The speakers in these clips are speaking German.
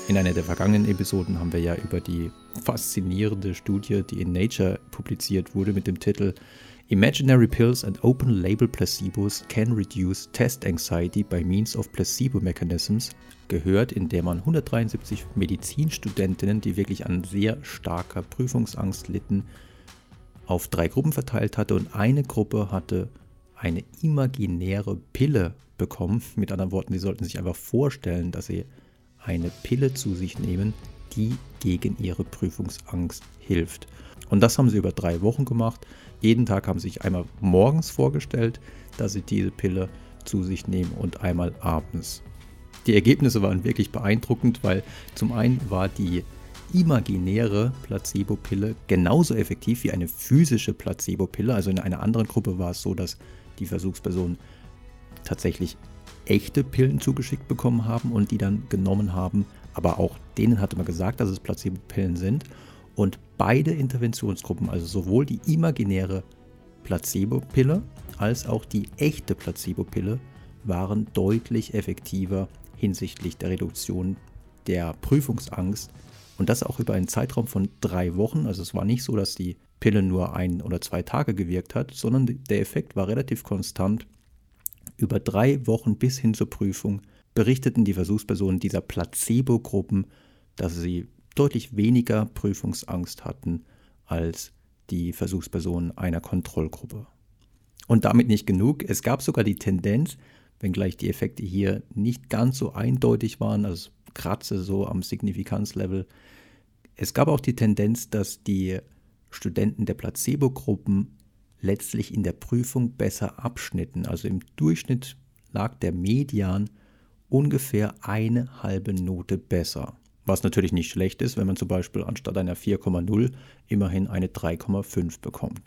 In einer der vergangenen Episoden haben wir ja über die faszinierende Studie, die in Nature publiziert wurde, mit dem Titel Imaginary Pills and Open Label Placebos can reduce test anxiety by means of placebo mechanisms gehört, in der man 173 Medizinstudentinnen, die wirklich an sehr starker Prüfungsangst litten, auf 3 Gruppen verteilt hatte, und eine Gruppe hatte eine imaginäre Pille bekommen. Mit anderen Worten, sie sollten sich einfach vorstellen, dass sie eine Pille zu sich nehmen, die gegen ihre Prüfungsangst hilft. Und das haben sie über 3 Wochen gemacht. Jeden Tag haben sie sich einmal morgens vorgestellt, dass sie diese Pille zu sich nehmen, und einmal abends. Die Ergebnisse waren wirklich beeindruckend, weil zum einen war die imaginäre Placebo-Pille genauso effektiv wie eine physische Placebo-Pille. Also in einer anderen Gruppe war es so, dass die Versuchspersonen tatsächlich echte Pillen zugeschickt bekommen haben und die dann genommen haben. Aber auch denen hatte man gesagt, dass es Placebo-Pillen sind. Und beide Interventionsgruppen, also sowohl die imaginäre Placebo-Pille als auch die echte Placebo-Pille, waren deutlich effektiver hinsichtlich der Reduktion der Prüfungsangst. Und das auch über einen Zeitraum von 3 Wochen. Also es war nicht so, dass die Pille nur 1 oder 2 Tage gewirkt hat, sondern der Effekt war relativ konstant. Über 3 Wochen bis hin zur Prüfung berichteten die Versuchspersonen dieser Placebo-Gruppen, dass sie deutlich weniger Prüfungsangst hatten als die Versuchspersonen einer Kontrollgruppe. Und damit nicht genug. Es gab sogar die Tendenz, wenngleich die Effekte hier nicht ganz so eindeutig waren, also kratze so am Signifikanzlevel. Es gab auch die Tendenz, dass die Studenten der Placebo-Gruppen letztlich in der Prüfung besser abschnitten. Also im Durchschnitt lag der Median ungefähr eine halbe Note besser. Was natürlich nicht schlecht ist, wenn man zum Beispiel anstatt einer 4,0 immerhin eine 3,5 bekommt.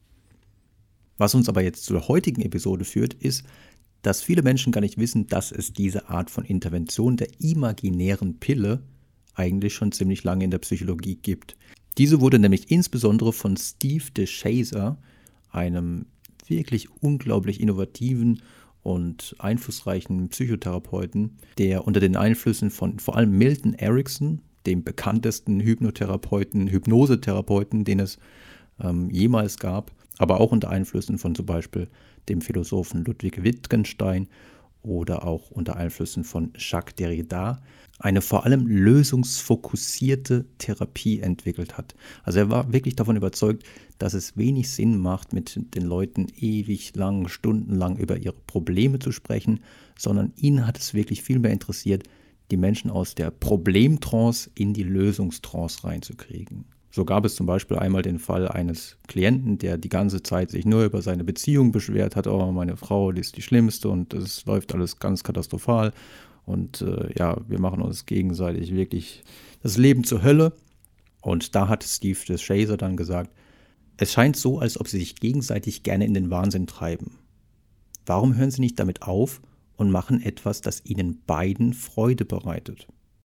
Was uns aber jetzt zur heutigen Episode führt, ist, dass viele Menschen gar nicht wissen, dass es diese Art von Intervention der imaginären Pille eigentlich schon ziemlich lange in der Psychologie gibt. Diese wurde nämlich insbesondere von Steve DeShazer, einem wirklich unglaublich innovativen und einflussreichen Psychotherapeuten, der unter den Einflüssen von vor allem Milton Erickson, dem bekanntesten Hypnosetherapeuten, den es jemals gab, aber auch unter Einflüssen von zum Beispiel dem Philosophen Ludwig Wittgenstein oder auch unter Einflüssen von Jacques Derrida, eine vor allem lösungsfokussierte Therapie entwickelt hat. Also er war wirklich davon überzeugt, dass es wenig Sinn macht, mit den Leuten ewig lang, stundenlang über ihre Probleme zu sprechen, sondern ihn hat es wirklich viel mehr interessiert, die Menschen aus der Problemtrance in die Lösungstrance reinzukriegen. So gab es zum Beispiel einmal den Fall eines Klienten, der die ganze Zeit sich nur über seine Beziehung beschwert hat. Oh, meine Frau, die ist die Schlimmste und es läuft alles ganz katastrophal. Und wir machen uns gegenseitig wirklich das Leben zur Hölle. Und da hat Steve DeShazer dann gesagt, es scheint so, als ob sie sich gegenseitig gerne in den Wahnsinn treiben. Warum hören sie nicht damit auf und machen etwas, das ihnen beiden Freude bereitet?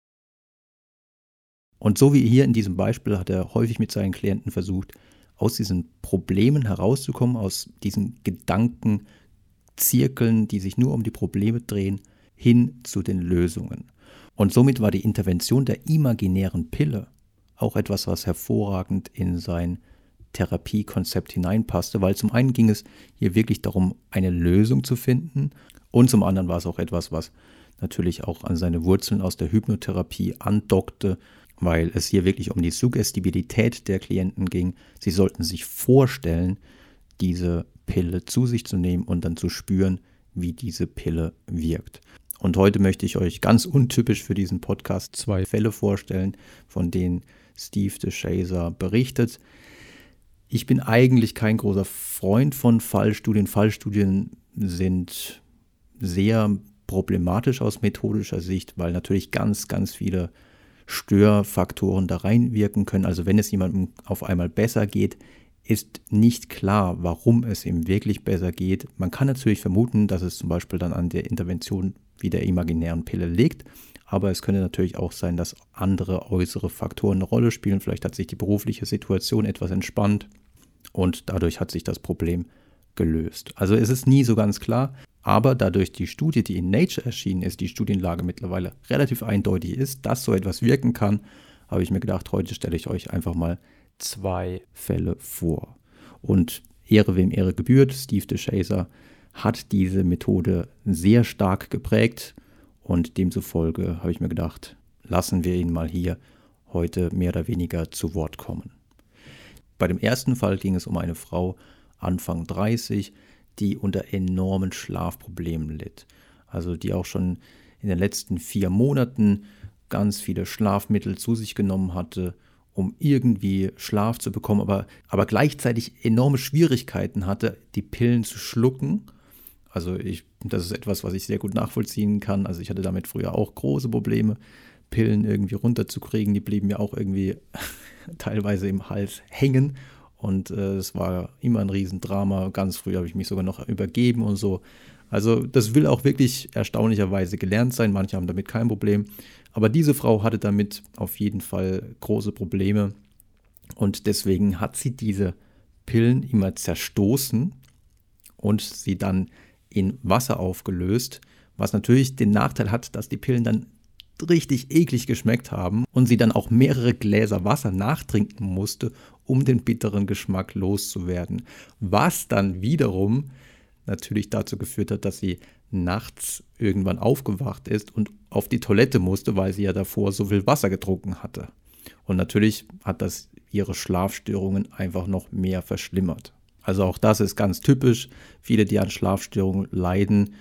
Und so wie hier in diesem Beispiel hat er häufig mit seinen Klienten versucht, aus diesen Problemen herauszukommen, aus diesen Gedankenzirkeln, die sich nur um die Probleme drehen, hin zu den Lösungen. Und somit war die Intervention der imaginären Pille auch etwas, was hervorragend in sein Therapiekonzept hineinpasste, weil zum einen ging es hier wirklich darum, eine Lösung zu finden, und zum anderen war es auch etwas, was natürlich auch an seine Wurzeln aus der Hypnotherapie andockte, weil es hier wirklich um die Suggestibilität der Klienten ging. Sie sollten sich vorstellen, diese Pille zu sich zu nehmen und dann zu spüren, wie diese Pille wirkt. Und heute möchte ich euch ganz untypisch für diesen Podcast 2 Fälle vorstellen, von denen Steve DeShazer berichtet. Ich bin eigentlich kein großer Freund von Fallstudien. Fallstudien sind sehr problematisch aus methodischer Sicht, weil natürlich ganz, ganz viele Störfaktoren da reinwirken können. Also wenn es jemandem auf einmal besser geht, ist nicht klar, warum es ihm wirklich besser geht. Man kann natürlich vermuten, dass es zum Beispiel dann an der Intervention wie der imaginären Pille liegt, aber es könnte natürlich auch sein, dass andere äußere Faktoren eine Rolle spielen. Vielleicht hat sich die berufliche Situation etwas entspannt und dadurch hat sich das Problem gelöst. Also es ist nie so ganz klar. Aber dadurch die Studie, die in Nature erschienen ist, die Studienlage mittlerweile relativ eindeutig ist, dass so etwas wirken kann, habe ich mir gedacht, heute stelle ich euch einfach mal 2 Fälle vor. Und Ehre wem Ehre gebührt, Steve DeShazer hat diese Methode sehr stark geprägt und demzufolge habe ich mir gedacht, lassen wir ihn mal hier heute mehr oder weniger zu Wort kommen. Bei dem ersten Fall ging es um eine Frau Anfang 30, die unter enormen Schlafproblemen litt. Also die auch schon in den letzten 4 Monaten ganz viele Schlafmittel zu sich genommen hatte, um irgendwie Schlaf zu bekommen, aber gleichzeitig enorme Schwierigkeiten hatte, die Pillen zu schlucken. Also das ist etwas, was ich sehr gut nachvollziehen kann. Also ich hatte damit früher auch große Probleme, Pillen irgendwie runterzukriegen. Die blieben mir auch irgendwie teilweise im Hals hängen. Und es war immer ein Riesendrama. Ganz früh habe ich mich sogar noch übergeben und so. Also das will auch wirklich erstaunlicherweise gelernt sein. Manche haben damit kein Problem. Aber diese Frau hatte damit auf jeden Fall große Probleme. Und deswegen hat sie diese Pillen immer zerstoßen und sie dann in Wasser aufgelöst. Was natürlich den Nachteil hat, dass die Pillen dann richtig eklig geschmeckt haben und sie dann auch mehrere Gläser Wasser nachtrinken musste, um den bitteren Geschmack loszuwerden. Was dann wiederum natürlich dazu geführt hat, dass sie nachts irgendwann aufgewacht ist und auf die Toilette musste, weil sie ja davor so viel Wasser getrunken hatte. Und natürlich hat das ihre Schlafstörungen einfach noch mehr verschlimmert. Also auch das ist ganz typisch. Viele, die an Schlafstörungen leiden,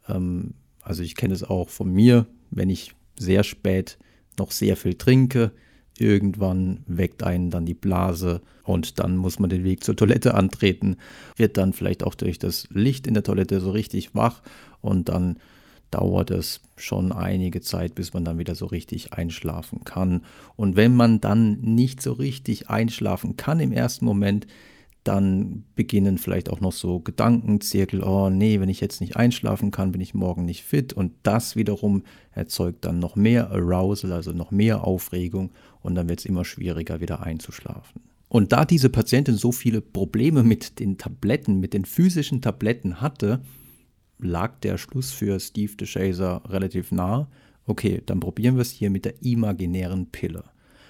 also ich kenne es auch von mir, wenn ich sehr spät noch sehr viel trinke, irgendwann weckt einen dann die Blase und dann muss man den Weg zur Toilette antreten, wird dann vielleicht auch durch das Licht in der Toilette so richtig wach und dann dauert es schon einige Zeit, bis man dann wieder so richtig einschlafen kann. Und wenn man dann nicht so richtig einschlafen kann im ersten Moment, dann beginnen vielleicht auch noch so Gedankenzirkel, oh nee, wenn ich jetzt nicht einschlafen kann, bin ich morgen nicht fit. Und das wiederum erzeugt dann noch mehr Arousal, also noch mehr Aufregung und dann wird es immer schwieriger, wieder einzuschlafen. Und da diese Patientin so viele Probleme mit den Tabletten, mit den physischen Tabletten hatte, lag der Schluss für Steve DeShazer relativ nah. Okay, dann probieren wir es hier mit der imaginären Pille.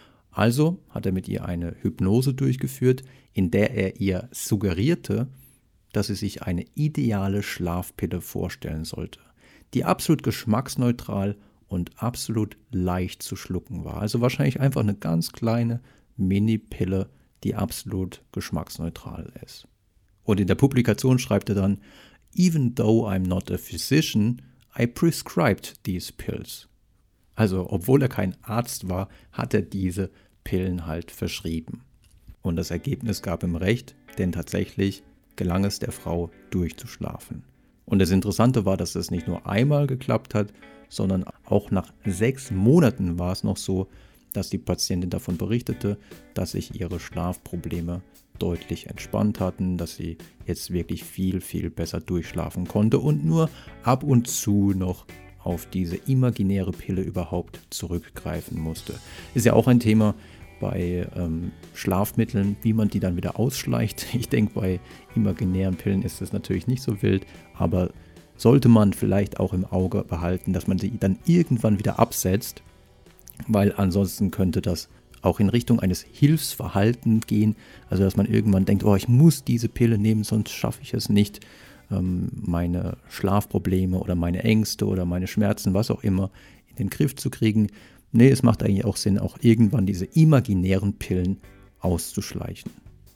Also hat er mit ihr eine Hypnose durchgeführt, in der er ihr suggerierte, dass sie sich eine ideale Schlafpille vorstellen sollte, die absolut geschmacksneutral und absolut leicht zu schlucken war. Also wahrscheinlich einfach eine ganz kleine Mini-Pille, die absolut geschmacksneutral ist. Und in der Publikation schreibt er dann, "Even though I'm not a physician, I prescribed these pills." Also obwohl er kein Arzt war, hat er diese Pillen halt verschrieben. Und das Ergebnis gab ihm recht, denn tatsächlich gelang es der Frau durchzuschlafen. Und das Interessante war, dass das nicht nur einmal geklappt hat, sondern auch nach 6 Monaten war es noch so, dass die Patientin davon berichtete, dass sich ihre Schlafprobleme deutlich entspannt hatten, dass sie jetzt wirklich viel, viel besser durchschlafen konnte und nur ab und zu noch auf diese imaginäre Pille überhaupt zurückgreifen musste. Ist ja auch ein Thema bei Schlafmitteln, wie man die dann wieder ausschleicht. Ich denke, bei imaginären Pillen ist das natürlich nicht so wild, aber sollte man vielleicht auch im Auge behalten, dass man sie dann irgendwann wieder absetzt, weil ansonsten könnte das auch in Richtung eines Hilfsverhaltens gehen, also dass man irgendwann denkt, oh, ich muss diese Pille nehmen, sonst schaffe ich es nicht, meine Schlafprobleme oder meine Ängste oder meine Schmerzen, was auch immer, in den Griff zu kriegen. Nee, es macht eigentlich auch Sinn, auch irgendwann diese imaginären Pillen auszuschleichen.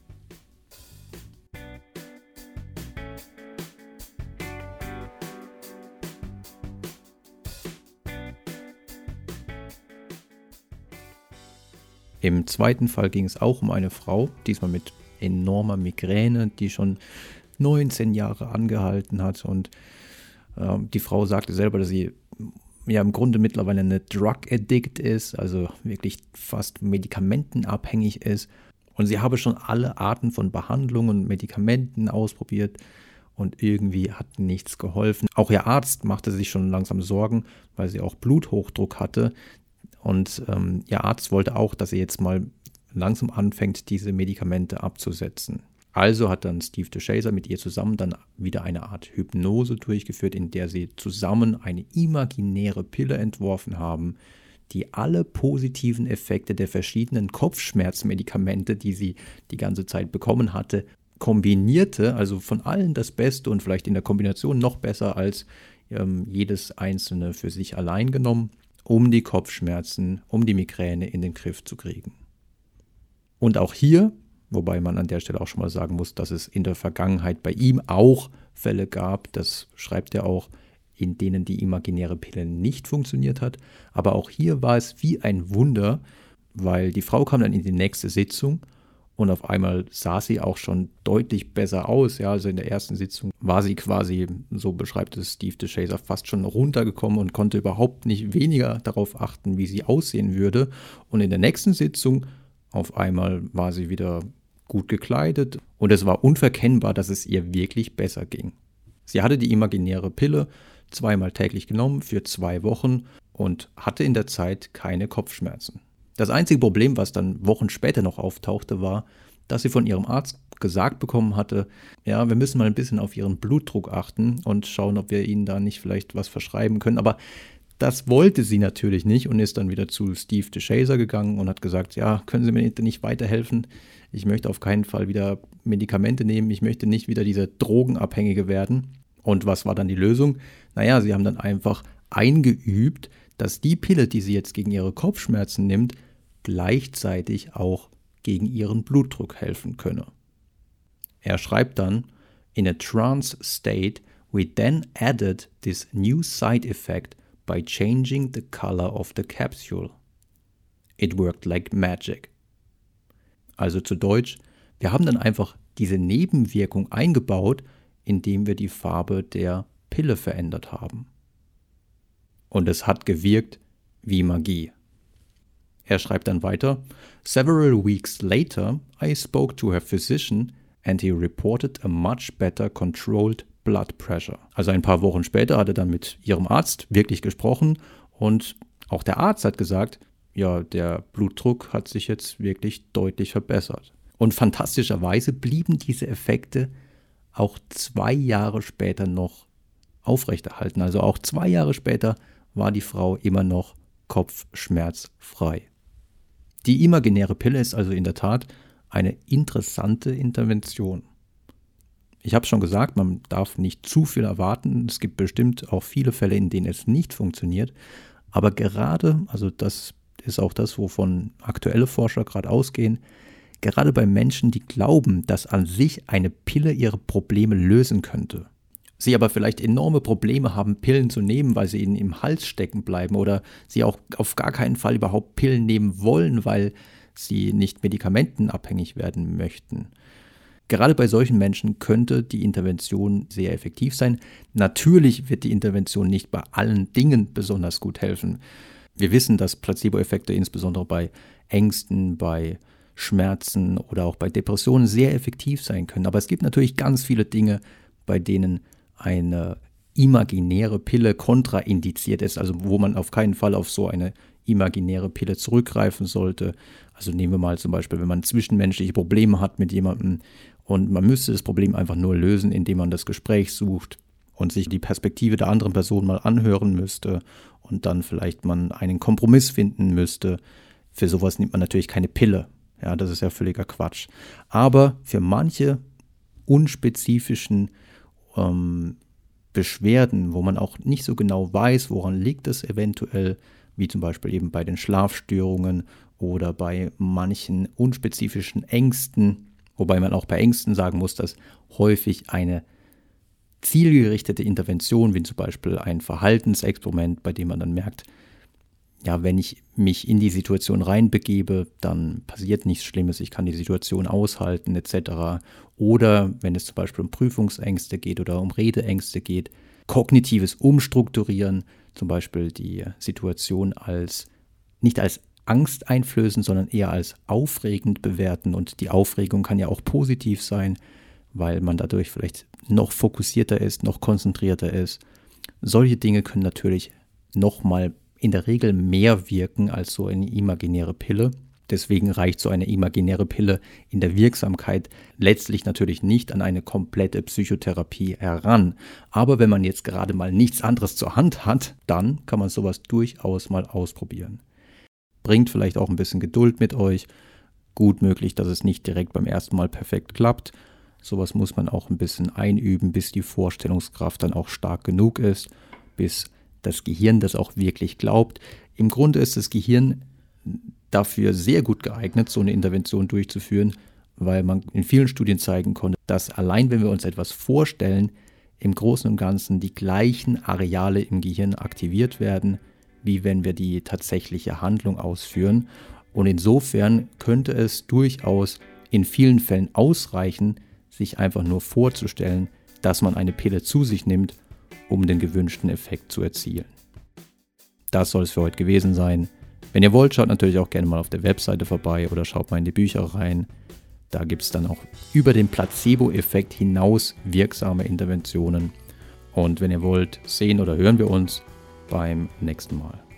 Im zweiten Fall ging es auch um eine Frau, diesmal mit enormer Migräne, die schon 19 Jahre angehalten hat. Und die Frau sagte selber, dass sie ja im Grunde mittlerweile eine Drug Addict ist, also wirklich fast medikamentenabhängig ist. Und sie habe schon alle Arten von Behandlungen und Medikamenten ausprobiert und irgendwie hat nichts geholfen. Auch ihr Arzt machte sich schon langsam Sorgen, weil sie auch Bluthochdruck hatte. Und ihr Arzt wollte auch, dass sie jetzt mal langsam anfängt, diese Medikamente abzusetzen. Also hat dann Steve DeShazer mit ihr zusammen dann wieder eine Art Hypnose durchgeführt, in der sie zusammen eine imaginäre Pille entworfen haben, die alle positiven Effekte der verschiedenen Kopfschmerzmedikamente, die sie die ganze Zeit bekommen hatte, kombinierte, also von allen das Beste und vielleicht in der Kombination noch besser als jedes einzelne für sich allein genommen, um die Kopfschmerzen, um die Migräne in den Griff zu kriegen. Und auch hier, wobei man an der Stelle auch schon mal sagen muss, dass es in der Vergangenheit bei ihm auch Fälle gab, das schreibt er auch, in denen die imaginäre Pille nicht funktioniert hat. Aber auch hier war es wie ein Wunder, weil die Frau kam dann in die nächste Sitzung und auf einmal sah sie auch schon deutlich besser aus. Ja, also in der ersten Sitzung war sie quasi, so beschreibt es Steve DeShazer, fast schon runtergekommen und konnte überhaupt nicht weniger darauf achten, wie sie aussehen würde. Und in der nächsten Sitzung auf einmal war sie wieder gut gekleidet und es war unverkennbar, dass es ihr wirklich besser ging. Sie hatte die imaginäre Pille 2-mal täglich genommen für 2 Wochen und hatte in der Zeit keine Kopfschmerzen. Das einzige Problem, was dann Wochen später noch auftauchte, war, dass sie von ihrem Arzt gesagt bekommen hatte, ja, wir müssen mal ein bisschen auf ihren Blutdruck achten und schauen, ob wir ihnen da nicht vielleicht was verschreiben können. Aber das wollte sie natürlich nicht und ist dann wieder zu Steve DeShazer gegangen und hat gesagt, ja, können Sie mir nicht weiterhelfen? Ich möchte auf keinen Fall wieder Medikamente nehmen, ich möchte nicht wieder dieser Drogenabhängige werden. Und was war dann die Lösung? Naja, sie haben dann einfach eingeübt, dass die Pille, die sie jetzt gegen ihre Kopfschmerzen nimmt, gleichzeitig auch gegen ihren Blutdruck helfen könne. Er schreibt dann, in a trance state, we then added this new side effect by changing the color of the capsule. It worked like magic. Also zu Deutsch, wir haben dann einfach diese Nebenwirkung eingebaut, indem wir die Farbe der Pille verändert haben. Und es hat gewirkt wie Magie. Er schreibt dann weiter, several weeks later, I spoke to her physician and he reported a much better controlled blood pressure. Also ein paar Wochen später hat er dann mit ihrem Arzt wirklich gesprochen und auch der Arzt hat gesagt, ja, der Blutdruck hat sich jetzt wirklich deutlich verbessert. Und fantastischerweise blieben diese Effekte auch 2 Jahre später noch aufrechterhalten. Also auch 2 Jahre später war die Frau immer noch kopfschmerzfrei. Die imaginäre Pille ist also in der Tat eine interessante Intervention. Ich habe schon gesagt, man darf nicht zu viel erwarten. Es gibt bestimmt auch viele Fälle, in denen es nicht funktioniert. Aber gerade, also das ist auch das, wovon aktuelle Forscher gerade ausgehen, gerade bei Menschen, die glauben, dass an sich eine Pille ihre Probleme lösen könnte, sie aber vielleicht enorme Probleme haben, Pillen zu nehmen, weil sie ihnen im Hals stecken bleiben oder sie auch auf gar keinen Fall überhaupt Pillen nehmen wollen, weil sie nicht medikamentenabhängig werden möchten. Gerade bei solchen Menschen könnte die Intervention sehr effektiv sein. Natürlich wird die Intervention nicht bei allen Dingen besonders gut helfen. Wir wissen, dass Placebo-Effekte insbesondere bei Ängsten, bei Schmerzen oder auch bei Depressionen sehr effektiv sein können. Aber es gibt natürlich ganz viele Dinge, bei denen eine imaginäre Pille kontraindiziert ist, also wo man auf keinen Fall auf so eine imaginäre Pille zurückgreifen sollte. Also nehmen wir mal zum Beispiel, wenn man zwischenmenschliche Probleme hat mit jemandem und man müsste das Problem einfach nur lösen, indem man das Gespräch sucht und sich die Perspektive der anderen Person mal anhören müsste und dann vielleicht man einen Kompromiss finden müsste. Für sowas nimmt man natürlich keine Pille. Ja, das ist ja völliger Quatsch. Aber für manche unspezifischen Beschwerden, wo man auch nicht so genau weiß, woran liegt es eventuell, wie zum Beispiel eben bei den Schlafstörungen oder bei manchen unspezifischen Ängsten, wobei man auch bei Ängsten sagen muss, dass häufig eine zielgerichtete Intervention, wie zum Beispiel ein Verhaltensexperiment, bei dem man dann merkt, ja, wenn ich mich in die Situation reinbegebe, dann passiert nichts Schlimmes, ich kann die Situation aushalten etc. Oder wenn es zum Beispiel um Prüfungsängste geht oder um Redeängste geht, kognitives Umstrukturieren, zum Beispiel die Situation nicht als Angst einflößen, sondern eher als aufregend bewerten. Und die Aufregung kann ja auch positiv sein, weil man dadurch vielleicht noch fokussierter ist, noch konzentrierter ist. Solche Dinge können natürlich nochmal in der Regel mehr wirken als so eine imaginäre Pille. Deswegen reicht so eine imaginäre Pille in der Wirksamkeit letztlich natürlich nicht an eine komplette Psychotherapie heran. Aber wenn man jetzt gerade mal nichts anderes zur Hand hat, dann kann man sowas durchaus mal ausprobieren. Bringt vielleicht auch ein bisschen Geduld mit euch. Gut möglich, dass es nicht direkt beim ersten Mal perfekt klappt. Sowas muss man auch ein bisschen einüben, bis die Vorstellungskraft dann auch stark genug ist, bis das Gehirn das auch wirklich glaubt. Im Grunde ist das Gehirn dafür sehr gut geeignet, so eine Intervention durchzuführen, weil man in vielen Studien zeigen konnte, dass allein wenn wir uns etwas vorstellen, im Großen und Ganzen die gleichen Areale im Gehirn aktiviert werden, wie wenn wir die tatsächliche Handlung ausführen. Und insofern könnte es durchaus in vielen Fällen ausreichen, sich einfach nur vorzustellen, dass man eine Pille zu sich nimmt, um den gewünschten Effekt zu erzielen. Das soll es für heute gewesen sein. Wenn ihr wollt, schaut natürlich auch gerne mal auf der Webseite vorbei oder schaut mal in die Bücher rein. Da gibt es dann auch über den Placebo-Effekt hinaus wirksame Interventionen. Und wenn ihr wollt, sehen oder hören wir uns beim nächsten Mal.